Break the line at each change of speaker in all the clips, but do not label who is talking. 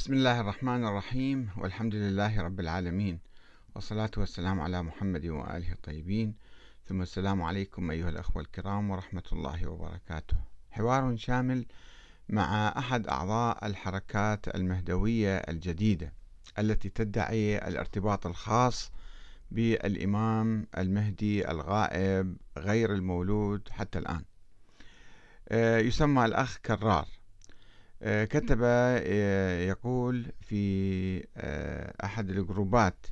بسم الله الرحمن الرحيم، والحمد لله رب العالمين، والصلاة والسلام على محمد وآله الطيبين، ثم السلام عليكم أيها الأخوة الكرام ورحمة الله وبركاته. حوار شامل مع أحد أعضاء الحركات المهدوية الجديدة التي تدعي الارتباط الخاص بالإمام المهدي الغائب غير المولود حتى الآن. يسمى الأخ كرار. كتب يقول في أحد الجروبات،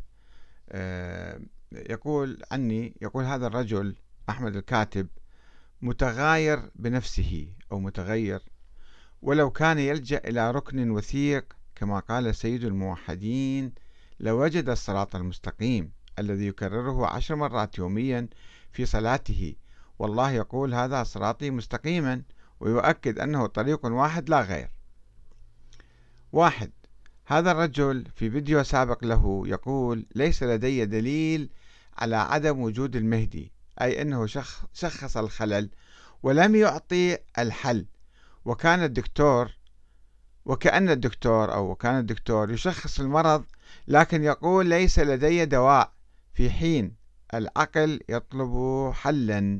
يقول عني، يقول هذا الرجل أحمد الكاتب متغاير بنفسه أو متغير، ولو كان يلجأ إلى ركن وثيق كما قال سيد الموحدين لوجد الصراط المستقيم الذي يكرره 10 مرات يوميا في صلاته. والله يقول هذا صراطي مستقيما، ويؤكد أنه طريق واحد لا غير. واحد، هذا الرجل في فيديو سابق له يقول ليس لدي دليل على عدم وجود المهدي، أي أنه شخص الخلل ولم يعطي الحل، وكان الدكتور يشخص المرض لكن يقول ليس لدي دواء، في حين العقل يطلب حلا.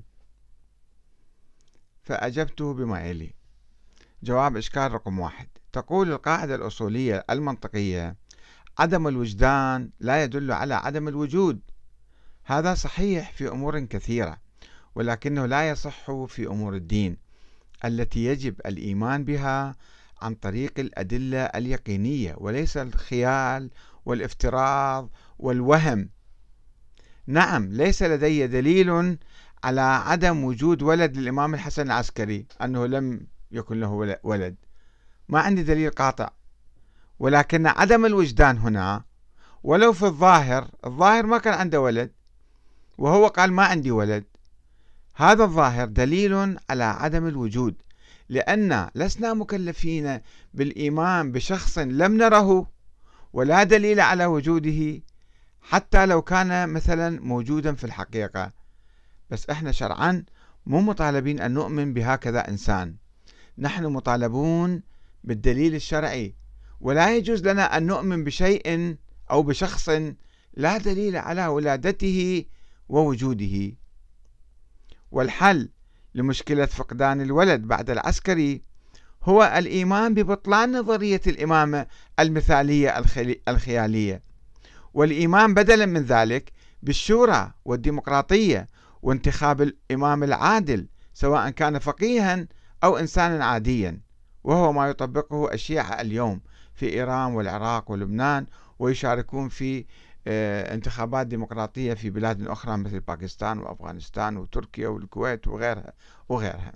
فأجبته بما يلي. جواب إشكال رقم 1: تقول القاعدة الأصولية المنطقية عدم الوجدان لا يدل على عدم الوجود. هذا صحيح في أمور كثيرة، ولكنه لا يصح في أمور الدين التي يجب الإيمان بها عن طريق الأدلة اليقينية، وليس الخيال والافتراض والوهم. نعم، ليس لدي دليل على عدم وجود ولد للإمام الحسن العسكري، أنه لم يكن له ولد، ما عندي دليل قاطع، ولكن عدم الوجدان هنا ولو في الظاهر ما كان عنده ولد وهو قال ما عندي ولد، هذا الظاهر دليل على عدم الوجود، لأن لسنا مكلفين بالإيمان بشخص لم نره ولا دليل على وجوده حتى لو كان مثلا موجودا في الحقيقة. بس احنا شرعا مو مطالبين أن نؤمن بهكذا إنسان، نحن مطالبون بالدليل الشرعي، ولا يجوز لنا أن نؤمن بشيء أو بشخص لا دليل على ولادته ووجوده. والحل لمشكلة فقدان الولد بعد العسكري هو الإيمان ببطلان نظرية الإمامة المثالية الخيالية، والإيمان بدلا من ذلك بالشورى والديمقراطية وانتخاب الإمام العادل، سواء كان فقيها أو إنسانا عاديا، وهو ما يطبقه الشيعة اليوم في إيران والعراق ولبنان، ويشاركون في انتخابات ديمقراطية في بلاد أخرى مثل باكستان وأفغانستان وتركيا والكويت وغيرها.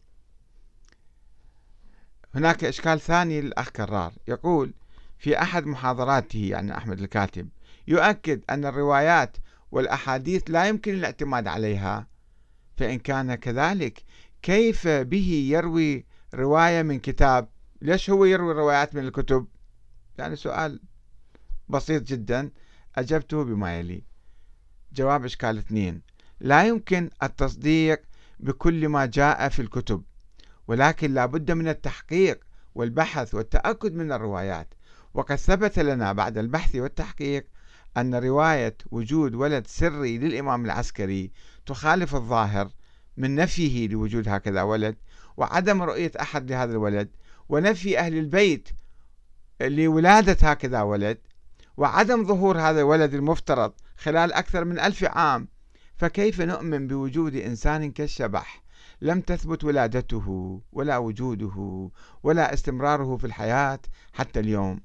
هناك إشكال ثاني للأخ كرار، يقول في أحد محاضراته، يعني أحمد الكاتب، يؤكد أن الروايات والأحاديث لا يمكن الاعتماد عليها. فإن كان كذلك كيف به يروي رواية من كتاب؟ ليش هو يروي روايات من الكتب؟ يعني سؤال بسيط جدا. أجبته بما يلي. جواب إشكال 2: لا يمكن التصديق بكل ما جاء في الكتب، ولكن لا بد من التحقيق والبحث والتأكد من الروايات، وقد ثبت لنا بعد البحث والتحقيق أن رواية وجود ولد سري للإمام العسكري تخالف الظاهر من نفيه لوجود هكذا ولد، وعدم رؤية أحد لهذا الولد، ونفي أهل البيت لولادة هكذا ولد، وعدم ظهور هذا الولد المفترض خلال أكثر من 1000 عام. فكيف نؤمن بوجود إنسان كالشبح لم تثبت ولادته ولا وجوده ولا استمراره في الحياة حتى اليوم؟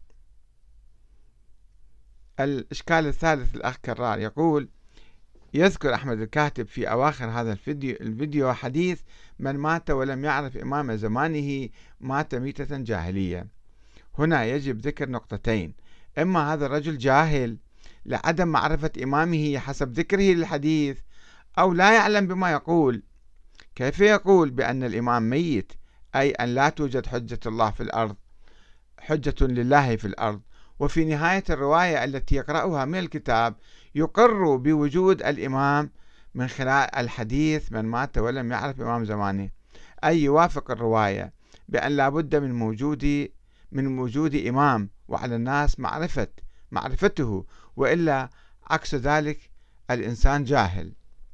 الإشكال الثالث الأخ كرار، يقول يذكر أحمد الكاتب في أواخر هذا الفيديو حديث من مات ولم يعرف إمام زمانه مات ميتة جاهلية. هنا يجب ذكر نقطتين: إما هذا الرجل جاهل لعدم معرفة إمامه حسب ذكره للحديث، أو لا يعلم بما يقول. كيف يقول بأن الإمام ميت، أي أن لا توجد حجة الله في الأرض، حجة لله في الأرض، وفي نهاية الرواية التي يقرأها من الكتاب يقر بوجود الإمام من خلال الحديث من مات ولم يعرف إمام زمانه، أي يوافق الرواية بأن لا بد من وجود إمام وعلى الناس معرفته، وإلا عكس ذلك الإنسان جاهل.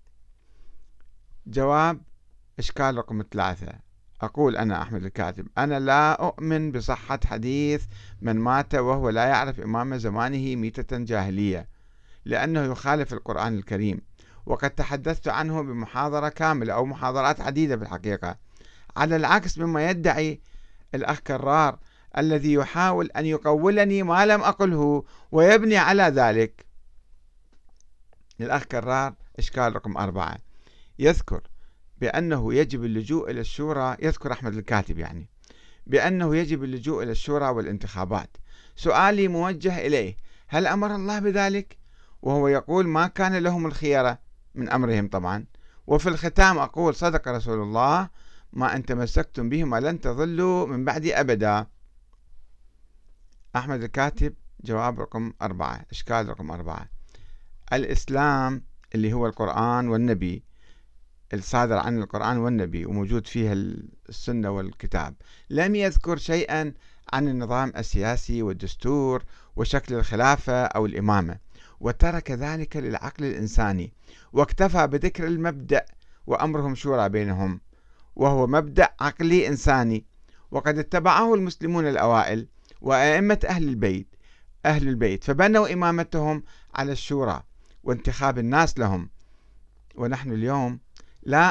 جواب إشكال رقم 3. أقول أنا أحمد الكاتب: أنا لا أؤمن بصحة حديث من مات وهو لا يعرف إمام زمانه ميتة جاهلية، لأنه يخالف القرآن الكريم، وقد تحدثت عنه بمحاضرة كاملة أو محاضرات عديدة في الحقيقة، على العكس مما يدعي الأخ كرار الذي يحاول أن يقولني ما لم أقله ويبني على ذلك. الأخ كرار إشكال رقم 4 يذكر بأنه يجب اللجوء إلى الشورى، يذكر أحمد الكاتب يعني بأنه يجب اللجوء إلى الشورى والانتخابات. سؤالي موجه إليه: هل أمر الله بذلك؟ وهو يقول ما كان لهم الخيرة من أمرهم طبعا. وفي الختام أقول: صدق رسول الله: ما أن تمسكتم بهما لن تضلوا من بعدي أبدا. أحمد الكاتب جواب رقم 4 إشكال رقم 4: الإسلام اللي هو القرآن والنبي، الصادر عن القرآن والنبي وموجود فيها السنة والكتاب، لم يذكر شيئا عن النظام السياسي والدستور وشكل الخلافة أو الإمامة، وترك ذلك للعقل الإنساني، واكتفى بذكر المبدأ وأمرهم شورى بينهم، وهو مبدأ عقلي إنساني، وقد اتبعه المسلمون الأوائل وأئمة أهل البيت فبنوا إمامتهم على الشورى وانتخاب الناس لهم. ونحن اليوم لا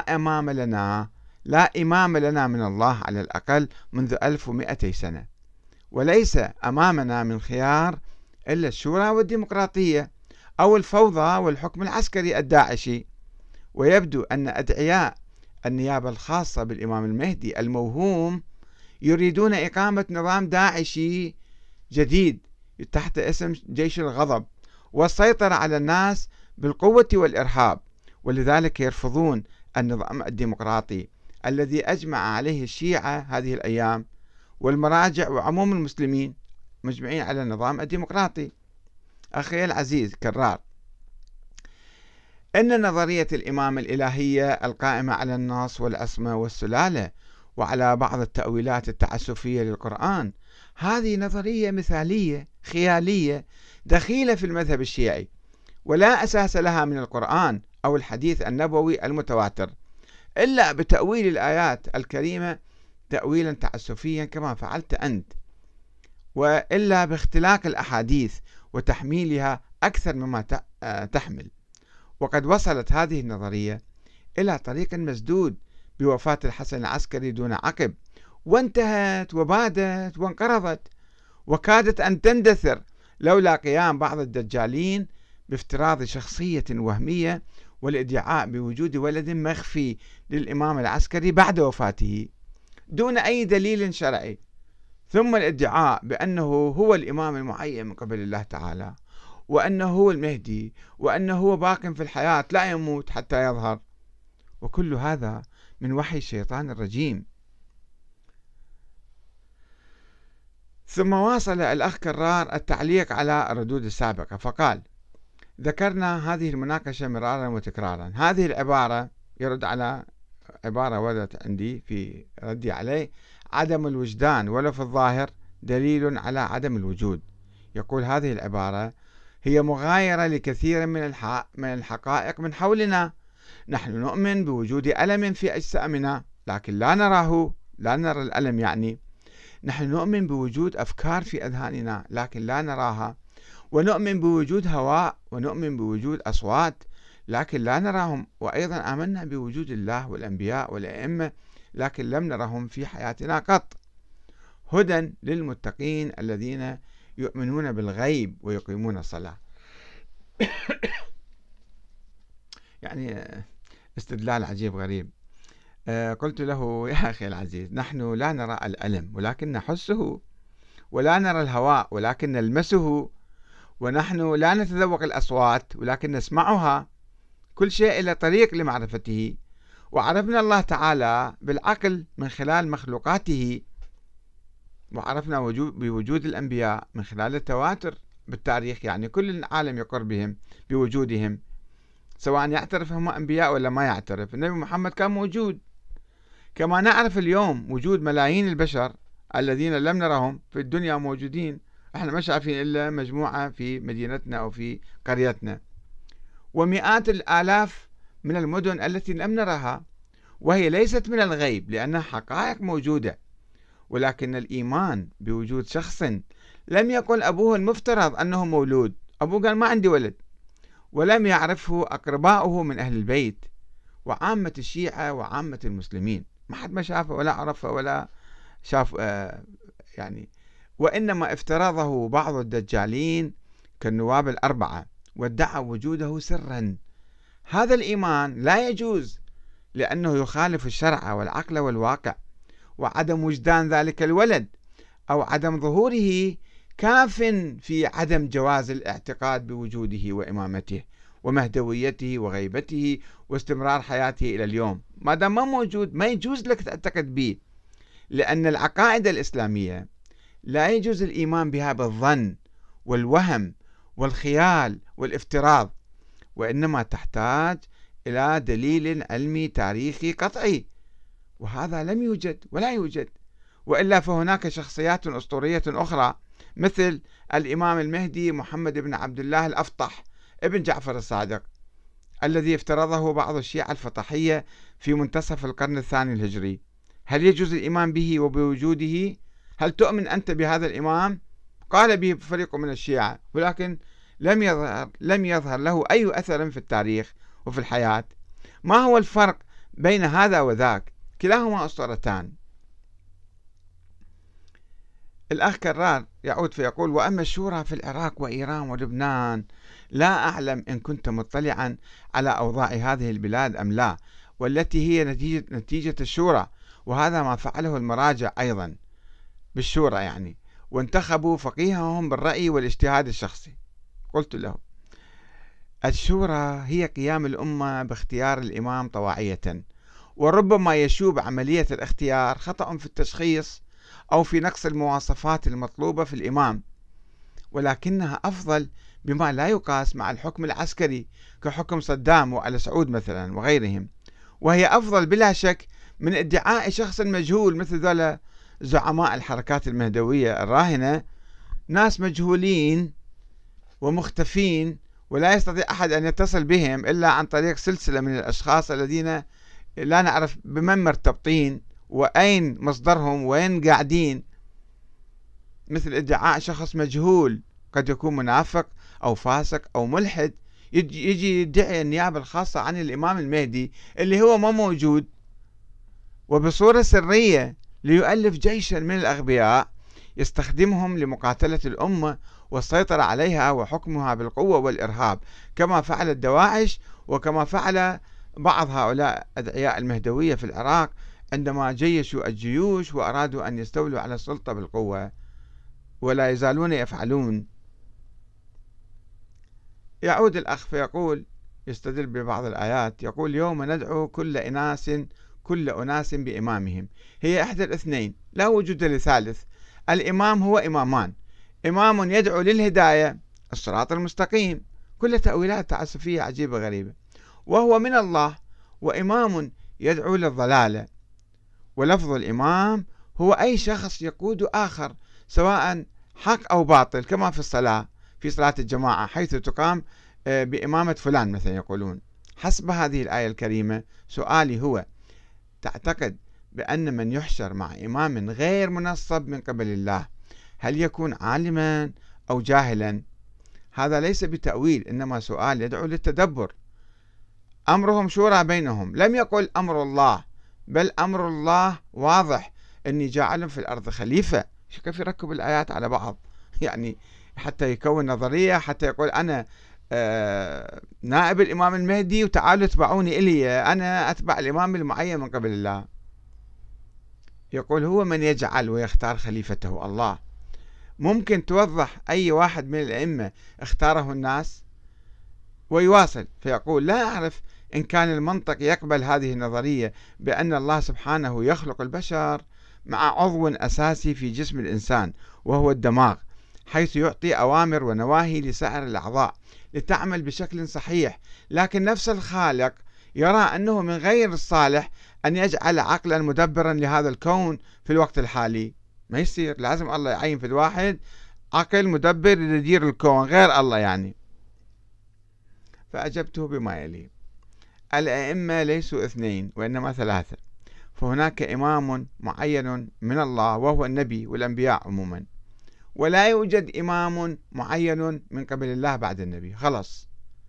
إمام لنا من الله على الأقل منذ 1200 سنة، وليس أمامنا من خيار إلا الشورى والديمقراطية أو الفوضى والحكم العسكري الداعشي. ويبدو أن أدعياء النيابة الخاصة بالإمام المهدي الموهوم يريدون إقامة نظام داعشي جديد تحت اسم جيش الغضب والسيطرة على الناس بالقوة والإرهاب، ولذلك يرفضون النظام الديمقراطي الذي أجمع عليه الشيعة هذه الأيام، والمراجع وعموم المسلمين مجمعين على النظام الديمقراطي. أخي العزيز كرار، إن نظرية الإمامة الإلهية القائمة على النص والعصمة والسلالة وعلى بعض التأويلات التعسفية للقرآن هذه نظرية مثالية خيالية دخيلة في المذهب الشيعي، ولا أساس لها من القرآن أو الحديث النبوي المتواتر، إلا بتأويل الآيات الكريمة تأويلا تعسفيا كما فعلت أنت، وإلا باختلاق الأحاديث وتحميلها أكثر مما تحمل. وقد وصلت هذه النظرية إلى طريق مسدود بوفاة الحسن العسكري دون عقب، وانتهت وبادت وانقرضت، وكادت أن تندثر لولا قيام بعض الدجالين بافتراض شخصية وهمية والادعاء بوجود ولد مخفي للإمام العسكري بعد وفاته دون أي دليل شرعي، ثم الادعاء بأنه هو الإمام المعين من قبل الله تعالى، وأنه هو المهدي، وأنه هو باق في الحياة لا يموت حتى يظهر، وكل هذا من وحي الشيطان الرجيم. ثم واصل الأخ كرار التعليق على الردود السابقة فقال: ذكرنا هذه المناقشة مرارا وتكرارا. هذه العبارة يرد على عبارة وردت عندي في ردي عليه: عدم الوجدان ولو في الظاهر دليل على عدم الوجود. يقول هذه العبارة هي مغايرة لكثير من الحقائق من حولنا. نحن نؤمن بوجود ألم في أجسامنا لكن لا نراه، لا نرى الألم يعني. نحن نؤمن بوجود أفكار في أذهاننا لكن لا نراها، ونؤمن بوجود هواء، ونؤمن بوجود أصوات لكن لا نراهم، وأيضا آمنا بوجود الله والأنبياء والأئمة لكن لم نرهم في حياتنا قط. هدى للمتقين الذين يؤمنون بالغيب ويقيمون الصلاة. يعني استدلال عجيب غريب. قلت له: يا أخي العزيز، نحن لا نرى الألم ولكن نحسه، ولا نرى الهواء ولكن نلمسه، ونحن لا نتذوق الأصوات ولكن نسمعها، كل شيء إلى طريق لمعرفته. وعرفنا الله تعالى بالعقل من خلال مخلوقاته، وعرفنا بوجود الأنبياء من خلال التواتر بالتاريخ، يعني كل العالم يقر بهم بوجودهم سواء يعترف هم أنبياء ولا ما يعترف. النبي محمد كان موجود، كما نعرف اليوم وجود ملايين البشر الذين لم نرهم في الدنيا موجودين، احنا ما شايفين إلا مجموعة في مدينتنا أو في قريتنا، ومئات الآلاف من المدن التي لم نرها، وهي ليست من الغيب لأنها حقائق موجودة. ولكن الإيمان بوجود شخص لم يقل أبوه المفترض أنه مولود، أبوه قال ما عندي ولد، ولم يعرفه أقرباؤه من أهل البيت وعامة الشيعة وعامة المسلمين، ما حد ما شافه ولا عرفه ولا شاف يعني، وإنما افترضه بعض الدجالين كالنواب الأربعة وادعى وجوده سرا. هذا الإيمان لا يجوز لأنه يخالف الشرع والعقل والواقع، وعدم وجدان ذلك الولد أو عدم ظهوره كاف في عدم جواز الاعتقاد بوجوده وإمامته ومهدويته وغيبته واستمرار حياته إلى اليوم. ما دام ما موجود ما يجوز لك تعتقد به، لأن العقائد الإسلامية لا يجوز الإيمان بها بالظن والوهم والخيال والافتراض، وإنما تحتاج إلى دليل علمي تاريخي قطعي، وهذا لم يوجد ولا يوجد. وإلا فهناك شخصيات أسطورية أخرى مثل الإمام المهدي محمد بن عبد الله الأفطح ابن جعفر الصادق، الذي افترضه بعض الشيعة الفطحية في منتصف القرن الثاني الهجري. هل يجوز الإيمان به وبوجوده؟ هل تؤمن أنت بهذا الإمام؟ قال به فريق من الشيعة، ولكن لم يظهر له أي أثر في التاريخ وفي الحياة. ما هو الفرق بين هذا وذاك؟ كلاهما أسطورتان. الأخ كرار يعود فيقول: وأما الشورى في العراق وإيران ولبنان، لا أعلم إن كنت مطلعا على أوضاع هذه البلاد أم لا، والتي هي نتيجة الشورى، وهذا ما فعله المراجع أيضا بالشورى يعني، وانتخبوا فقيههم بالرأي والاجتهاد الشخصي. قلت له: الشورى هي قيام الأمة باختيار الإمام طواعية، وربما يشوب عملية الاختيار خطأ في التشخيص أو في نقص المواصفات المطلوبة في الإمام، ولكنها أفضل بما لا يقاس مع الحكم العسكري كحكم صدام وآل سعود مثلا وغيرهم، وهي أفضل بلا شك من ادعاء شخص مجهول مثل ذولا زعماء الحركات المهدوية الراهنة، ناس مجهولين ومختفين ولا يستطيع أحد أن يتصل بهم إلا عن طريق سلسلة من الأشخاص الذين لا نعرف بمن مرتبطين وأين مصدرهم وين قاعدين، مثل ادعاء شخص مجهول قد يكون منافق أو فاسق أو ملحد يجي يدعي النيابة الخاصة عن الإمام المهدي اللي هو ما موجود، وبصورة سرية ليؤلف جيشا من الأغبياء يستخدمهم لمقاتلة الأمة والسيطرة عليها وحكمها بالقوة والإرهاب، كما فعل دواعش وكما فعل بعض هؤلاء أدعياء المهدوية في العراق عندما جيشوا الجيوش وأرادوا أن يستولوا على السلطة بالقوة، ولا يزالون يفعلون. يعود الأخ فيقول، يستدل ببعض الآيات، يقول: يوم ندعو كل أناس بإمامهم. هي إحدى الاثنين، لا وجود لثالث. الإمام هو إمامان: إمام يدعو للهداية الصراط المستقيم، كل تأويلات تعسفية عجيبة غريبة، وهو من الله، وإمام يدعو للضلالة. ولفظ الإمام هو أي شخص يقود آخر سواء حق أو باطل، كما في الصلاة، في صلاة الجماعة حيث تقام بإمامة فلان مثلا يقولون. حسب هذه الآية الكريمة سؤالي هو: تعتقد بأن من يحشر مع إمام غير منصب من قبل الله هل يكون عالما أو جاهلا؟ هذا ليس بتأويل، إنما سؤال يدعو للتدبر. أمرهم شورى بينهم، لم يقل أمر الله، بل أمر الله واضح: إني جاعل في الأرض خليفة. كيف يركب الآيات على بعض يعني حتى يكون نظرية، حتى يقول أنا نائب الإمام المهدي وتعالوا اتبعوني إلي، أنا أتبع الإمام المعين من قبل الله. يقول هو من يجعل ويختار خليفته الله. ممكن توضح أي واحد من الأئمة اختاره الناس؟ ويواصل فيقول: لا أعرف إن كان المنطق يقبل هذه النظرية بأن الله سبحانه يخلق البشر مع عضو أساسي في جسم الإنسان وهو الدماغ، حيث يعطي أوامر ونواهي لسائر الأعضاء لتعمل بشكل صحيح، لكن نفس الخالق يرى أنه من غير الصالح أن يجعل عقلا مدبرا لهذا الكون في الوقت الحالي. ما يصير، لازم الله يعين في الواحد عقل مدبر يدير الكون غير الله يعني. فأجبته بما يلي: الأئمة ليسوا اثنين وإنما ثلاثة، فهناك إمام معين من الله وهو النبي والأنبياء عموما، ولا يوجد إمام معين من قبل الله بعد النبي، خلص.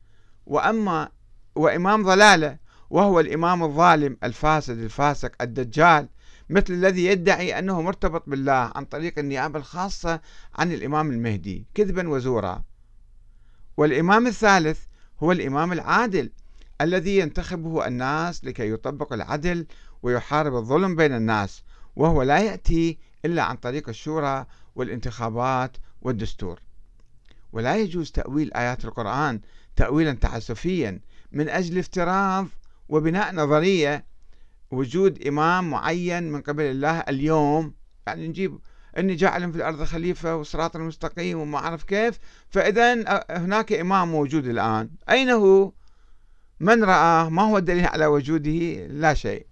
وإمام ضلالة وهو الإمام الظالم الفاسد الفاسق الدجال، مثل الذي يدعي أنه مرتبط بالله عن طريق النيابة الخاصة عن الإمام المهدي كذبا وزورا. والإمام الثالث هو الإمام العادل الذي ينتخبه الناس لكي يطبق العدل ويحارب الظلم بين الناس، وهو لا يأتي إلا عن طريق الشورى والانتخابات والدستور. ولا يجوز تأويل آيات القرآن تأويلا تعسفيا من أجل افتراض وبناء نظرية وجود إمام معين من قبل الله اليوم، يعني نجيب إني جاعل في الأرض خليفة والصراط المستقيم وما أعرف كيف، فإذا هناك إمام موجود الآن، أين هو؟ من رآه؟ ما هو الدليل على وجوده؟ لا شيء.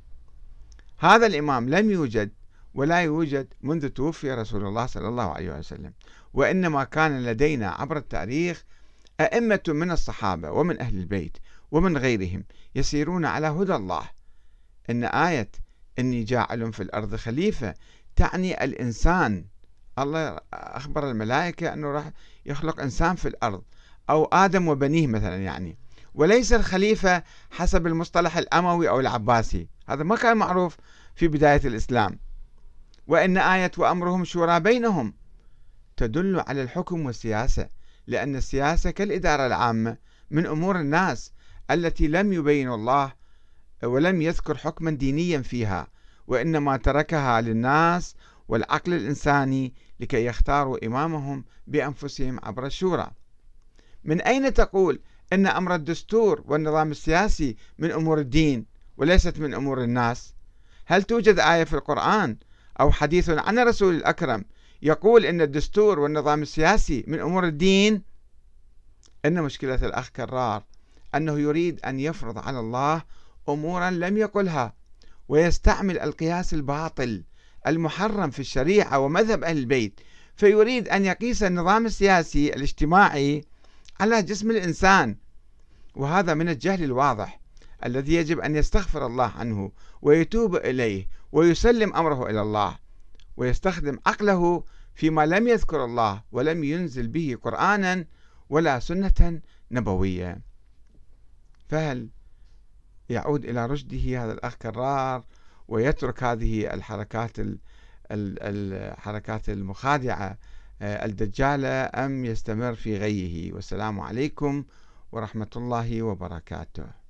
هذا الإمام لم يوجد ولا يوجد منذ توفي رسول الله صلى الله عليه وسلم، وإنما كان لدينا عبر التاريخ أئمة من الصحابة ومن أهل البيت ومن غيرهم يسيرون على هدى الله. إن آية إني جاعل في الأرض خليفة تعني الإنسان. الله أخبر الملائكة أنه راح يخلق إنسان في الأرض، أو آدم وبنيه مثلا يعني، وليس الخليفة حسب المصطلح الأموي أو العباسي، هذا ما كان معروف في بداية الإسلام. وإن آية وأمرهم شورى بينهم تدل على الحكم والسياسة، لأن السياسة كالإدارة العامة من أمور الناس التي لم يبين الله ولم يذكر حكما دينيا فيها، وإنما تركها للناس والعقل الإنساني لكي يختاروا إمامهم بأنفسهم عبر الشورى. من أين تقول أن أمر الدستور والنظام السياسي من أمور الدين وليست من أمور الناس؟ هل توجد آية في القرآن أو حديث عن الرسول الأكرم يقول أن الدستور والنظام السياسي من أمور الدين؟ إن مشكلة الأخ كرار أنه يريد أن يفرض على الله أمورا لم يقلها، ويستعمل القياس الباطل المحرم في الشريعة ومذهب أهل البيت، فيريد أن يقيس النظام السياسي الاجتماعي على جسم الإنسان، وهذا من الجهل الواضح الذي يجب أن يستغفر الله عنه ويتوب إليه ويسلم أمره إلى الله، ويستخدم عقله فيما لم يذكر الله ولم ينزل به قرآنا ولا سنة نبوية. فهل يعود إلى رشده هذا الأخ كرار ويترك هذه الحركات المخادعة الدجالة، أم يستمر في غيه؟ والسلام عليكم ورحمة الله وبركاته.